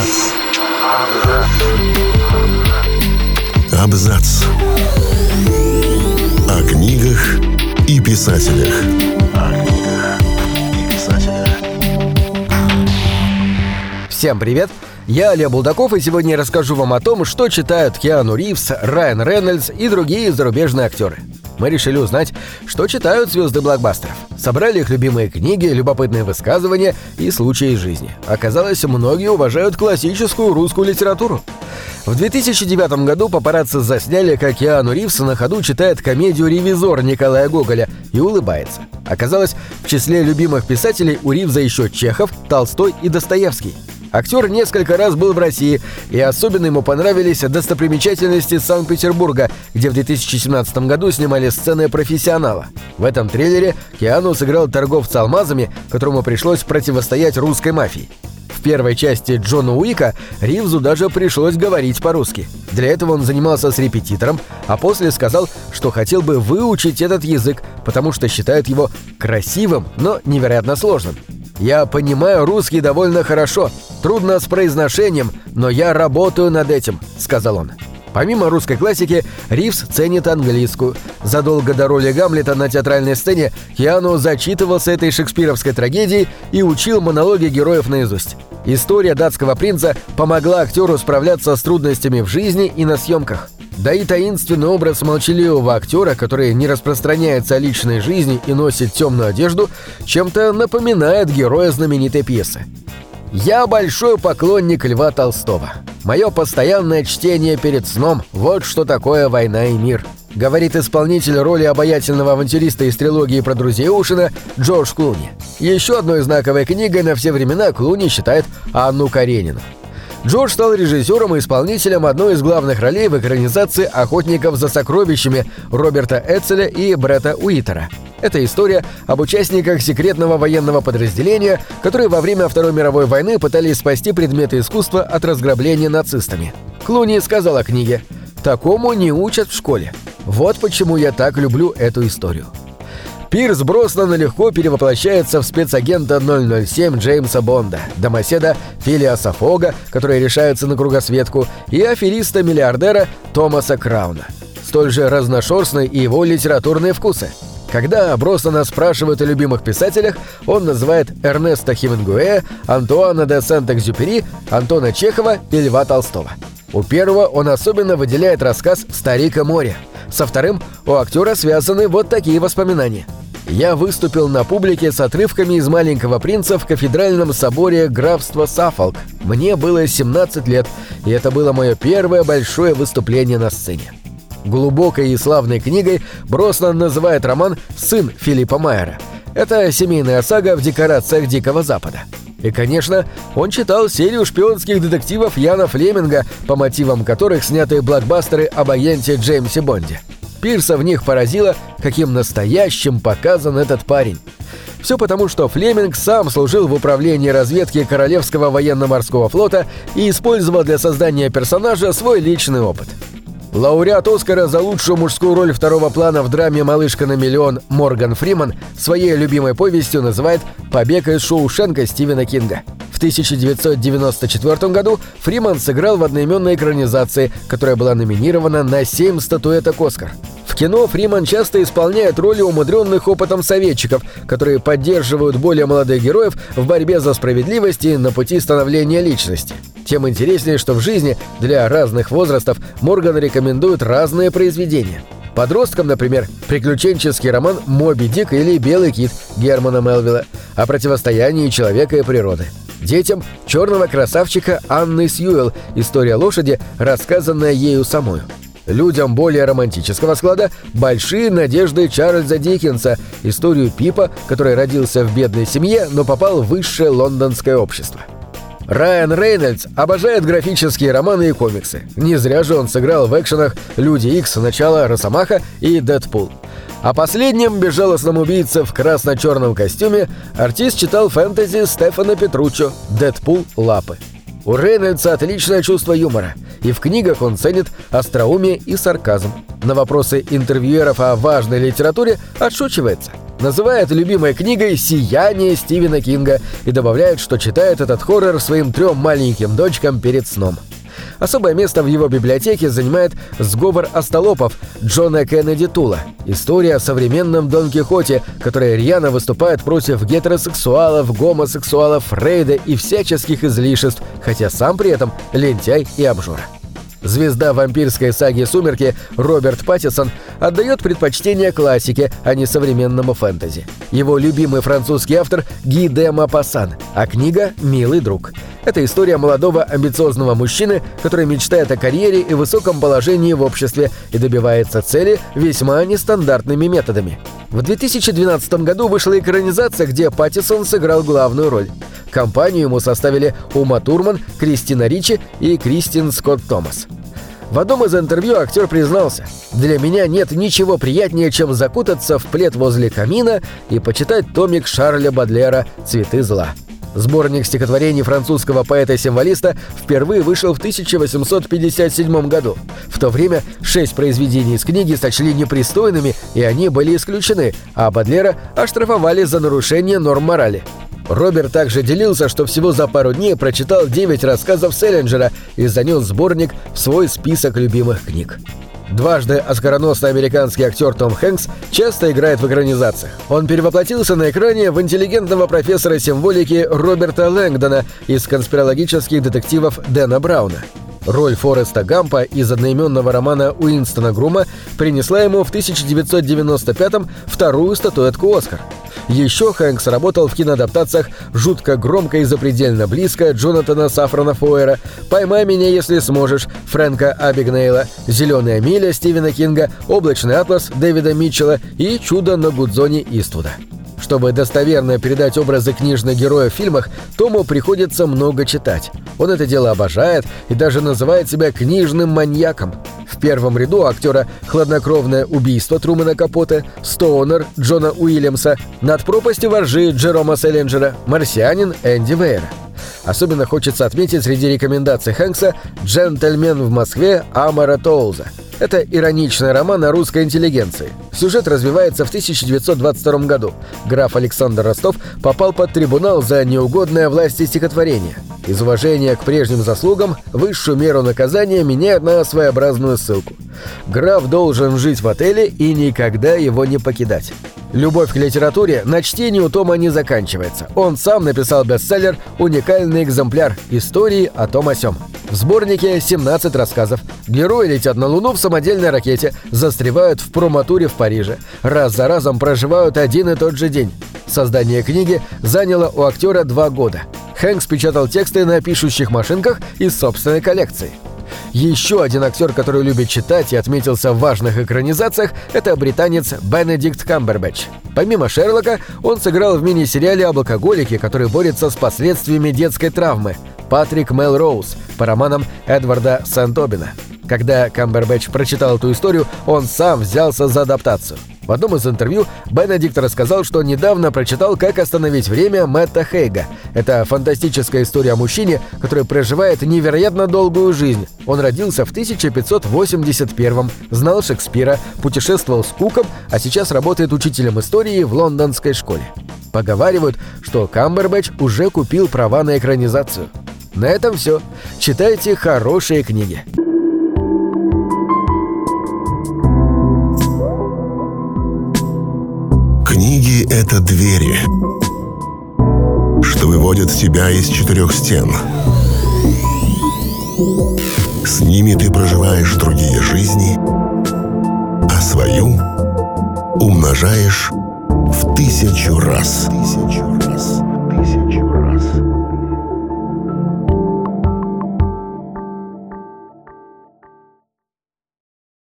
Абзац. О книгах и писателях. Всем привет! Я Олег Булдаков, и сегодня я расскажу вам о том, что читают Киану Ривз, Райан Рейнольдс и другие зарубежные актеры. Мы решили узнать, что читают звезды блокбастеров. Собрали их любимые книги, любопытные высказывания и случаи из жизни. Оказалось, многие уважают классическую русскую литературу. В 2009 году папарацци засняли, как Киану Ривз на ходу читает комедию «Ревизор» Николая Гоголя и улыбается. Оказалось, в числе любимых писателей у Ривза еще Чехов, Толстой и Достоевский. Актер несколько раз был в России, и особенно ему понравились достопримечательности Санкт-Петербурга, где в 2017 году снимали сцены «Профессионала». В этом трейлере Киану сыграл торговца алмазами, которому пришлось противостоять русской мафии. В первой части Джона Уика Ривзу даже пришлось говорить по-русски. Для этого он занимался с репетитором, а после сказал, что хотел бы выучить этот язык, потому что считает его красивым, но невероятно сложным. «Я понимаю русский довольно хорошо. Трудно с произношением, но я работаю над этим», — сказал он. Помимо русской классики, Ривз ценит английскую. Задолго до роли Гамлета на театральной сцене Киану зачитывался этой шекспировской трагедией и учил монологи героев наизусть. История датского принца помогла актеру справляться с трудностями в жизни и на съемках. Да и таинственный образ молчаливого актера, который не распространяется о личной жизни и носит темную одежду, чем-то напоминает героя знаменитой пьесы. «Я большой поклонник Льва Толстого. Мое постоянное чтение перед сном – вот что такое «Война и мир», — говорит исполнитель роли обаятельного авантюриста из трилогии про друзей Оушена Джордж Клуни. Еще одной знаковой книгой на все времена Клуни считает «Анну Каренину». Джордж стал режиссером и исполнителем одной из главных ролей в экранизации «Охотников за сокровищами» Роберта Эцеля и Бретта Уитера. Это история об участниках секретного военного подразделения, которые во время Второй мировой войны пытались спасти предметы искусства от разграбления нацистами. Клуни сказал о книге: «Такому не учат в школе. Вот почему я так люблю эту историю». Пирс Броснан легко перевоплощается в спецагента 007 Джеймса Бонда, домоседа Филиаса Фога, который решается на кругосветку, и афериста-миллиардера Томаса Крауна. Столь же разношерстны и его литературные вкусы. Когда Броснана спрашивают о любимых писателях, он называет Эрнеста Хемингуэя, Антуана де Сент-Экзюпери, Антона Чехова и Льва Толстого. У первого он особенно выделяет рассказ «Старик и море». Со вторым у актера связаны вот такие воспоминания. «Я выступил на публике с отрывками из «Маленького принца» в кафедральном соборе графства Саффолк. Мне было 17 лет, и это было мое первое большое выступление на сцене». Глубокой и славной книгой Броснан называет роман «Сын Филиппа Майера». Это семейная сага в декорациях Дикого Запада. И, конечно, он читал серию шпионских детективов Яна Флеминга, по мотивам которых сняты блокбастеры об агенте Джеймсе Бонде. Пирса в них поразило, каким настоящим показан этот парень. Все потому, что Флеминг сам служил в управлении разведки Королевского военно-морского флота и использовал для создания персонажа свой личный опыт. Лауреат Оскара за лучшую мужскую роль второго плана в драме «Малышка на миллион» Морган Фриман своей любимой повестью называет «Побег из Шоушенка» Стивена Кинга. В 1994 году Фриман сыграл в одноименной экранизации, которая была номинирована на 7 статуэток «Оскар». В кино Фриман часто исполняет роли умудренных опытом советчиков, которые поддерживают более молодых героев в борьбе за справедливость и на пути становления личности. Тем интереснее, что в жизни для разных возрастов Морган рекомендует разные произведения. Подросткам, например, приключенческий роман «Моби Дик» или «Белый кит» Германа Мелвилла о противостоянии человека и природы. Детям — «Черного красавчика» Анны Сьюэлл, история лошади, рассказанная ею самой. Людям более романтического склада — «Большие надежды» Чарльза Диккенса, историю Пипа, который родился в бедной семье, но попал в высшее лондонское общество. Райан Рейнольдс обожает графические романы и комиксы. Не зря же он сыграл в экшенах «Люди Икс», «Начало», «Росомаха» и «Дэдпул». О последнем безжалостном убийце в красно-черном костюме артист читал фэнтези Стефана Петруччо «Дэдпул. Лапы». У Рейнольдса отличное чувство юмора, и в книгах он ценит остроумие и сарказм. На вопросы интервьюеров о важной литературе отшучивается. называет любимой книгой «Сияние» Стивена Кинга и добавляет, что читает этот хоррор своим 3 маленьким дочкам перед сном. Особое место в его библиотеке занимает «Сговор остолопов» Джона Кеннеди Тула. История о современном Дон Кихоте, который рьяно выступает против гетеросексуалов, гомосексуалов, Фрейда и всяческих излишеств, хотя сам при этом лентяй и обжора. Звезда вампирской саги «Сумерки» Роберт Паттинсон отдает предпочтение классике, а не современному фэнтези. Его любимый французский автор Ги де Мопассан, а книга «Милый друг». Это история молодого амбициозного мужчины, который мечтает о карьере и высоком положении в обществе и добивается цели весьма нестандартными методами. В 2012 году вышла экранизация, где Паттинсон сыграл главную роль. Компанию ему составили Ума Турман, Кристина Ричи и Кристин Скотт Томас. В одном из интервью актер признался: «Для меня нет ничего приятнее, чем закутаться в плед возле камина и почитать томик Шарля Бодлера «Цветы зла». Сборник стихотворений французского поэта-символиста впервые вышел в 1857 году. В то время 6 произведений из книги сочли непристойными, и они были исключены, а Бодлера оштрафовали за нарушение норм морали. Роберт также делился, что всего за пару дней прочитал 9 рассказов Селлинджера и занес сборник в свой список любимых книг. Дважды оскароносный американский актер Том Хэнкс часто играет в экранизациях. Он перевоплотился на экране в интеллигентного профессора символики Роберта Лэнгдона из конспирологических детективов Дэна Брауна. Роль Фореста Гампа из одноименного романа Уинстона Грума принесла ему в 1995-м 2-ю статуэтку «Оскар». Еще Хэнкс работал в киноадаптациях «Жутко громко и запредельно близко» Джонатана Сафрона Фойера, «Поймай меня, если сможешь» Фрэнка Абигнейла, «Зеленая миля» Стивена Кинга, «Облачный атлас» Дэвида Митчелла и «Чудо на Гудзоне» Иствуда. Чтобы достоверно передать образы книжных героев в фильмах, Тому приходится много читать. Он это дело обожает и даже называет себя книжным маньяком. В первом ряду актера «Хладнокровное убийство» Трумана Капоте, «Стоунер» Джона Уильямса, «Над пропастью во ржи» Джерома Селлинджера, «Марсианин» Энди Вейера. Особенно хочется отметить среди рекомендаций Хэнкса «Джентльмен в Москве» Амара Тоулза. Это ироничный роман о русской интеллигенции. Сюжет развивается в 1922 году. Граф Александр Ростов попал под трибунал за неугодное власти стихотворение. Из уважения к прежним заслугам высшую меру наказания меняют на своеобразную ссылку. Граф должен жить в отеле и никогда его не покидать. Любовь к литературе на чтении у Тома не заканчивается. Он сам написал бестселлер «Уникальный экземпляр. Истории о том о сём». В сборнике 17 рассказов. Герои летят на Луну в самодельной ракете, застревают в проматуре в Париже. Раз за разом проживают один и тот же день. Создание книги заняло у актера 2 года. Хэнкс печатал тексты на пишущих машинках из собственной коллекции. Еще один актер, который любит читать и отметился в важных экранизациях, это британец Бенедикт Камбербэтч. Помимо Шерлока, он сыграл в мини-сериале об алкоголике, который борется с последствиями детской травмы, Патрик Мелроуз по романам Эдварда Сент-Обина. Когда Камбербэтч прочитал эту историю, он сам взялся за адаптацию. В одном из интервью Бенедикт рассказал, что недавно прочитал «Как остановить время» Мэтта Хейга. Это фантастическая история о мужчине, который проживает невероятно долгую жизнь. Он родился в 1581-м, знал Шекспира, путешествовал с Куком, а сейчас работает учителем истории в лондонской школе. Поговаривают, что Камбербэтч уже купил права на экранизацию. На этом все. Читайте хорошие книги. Книги — это двери, что выводят тебя из 4 стен. С ними ты проживаешь другие жизни, а свою умножаешь в 1000 раз.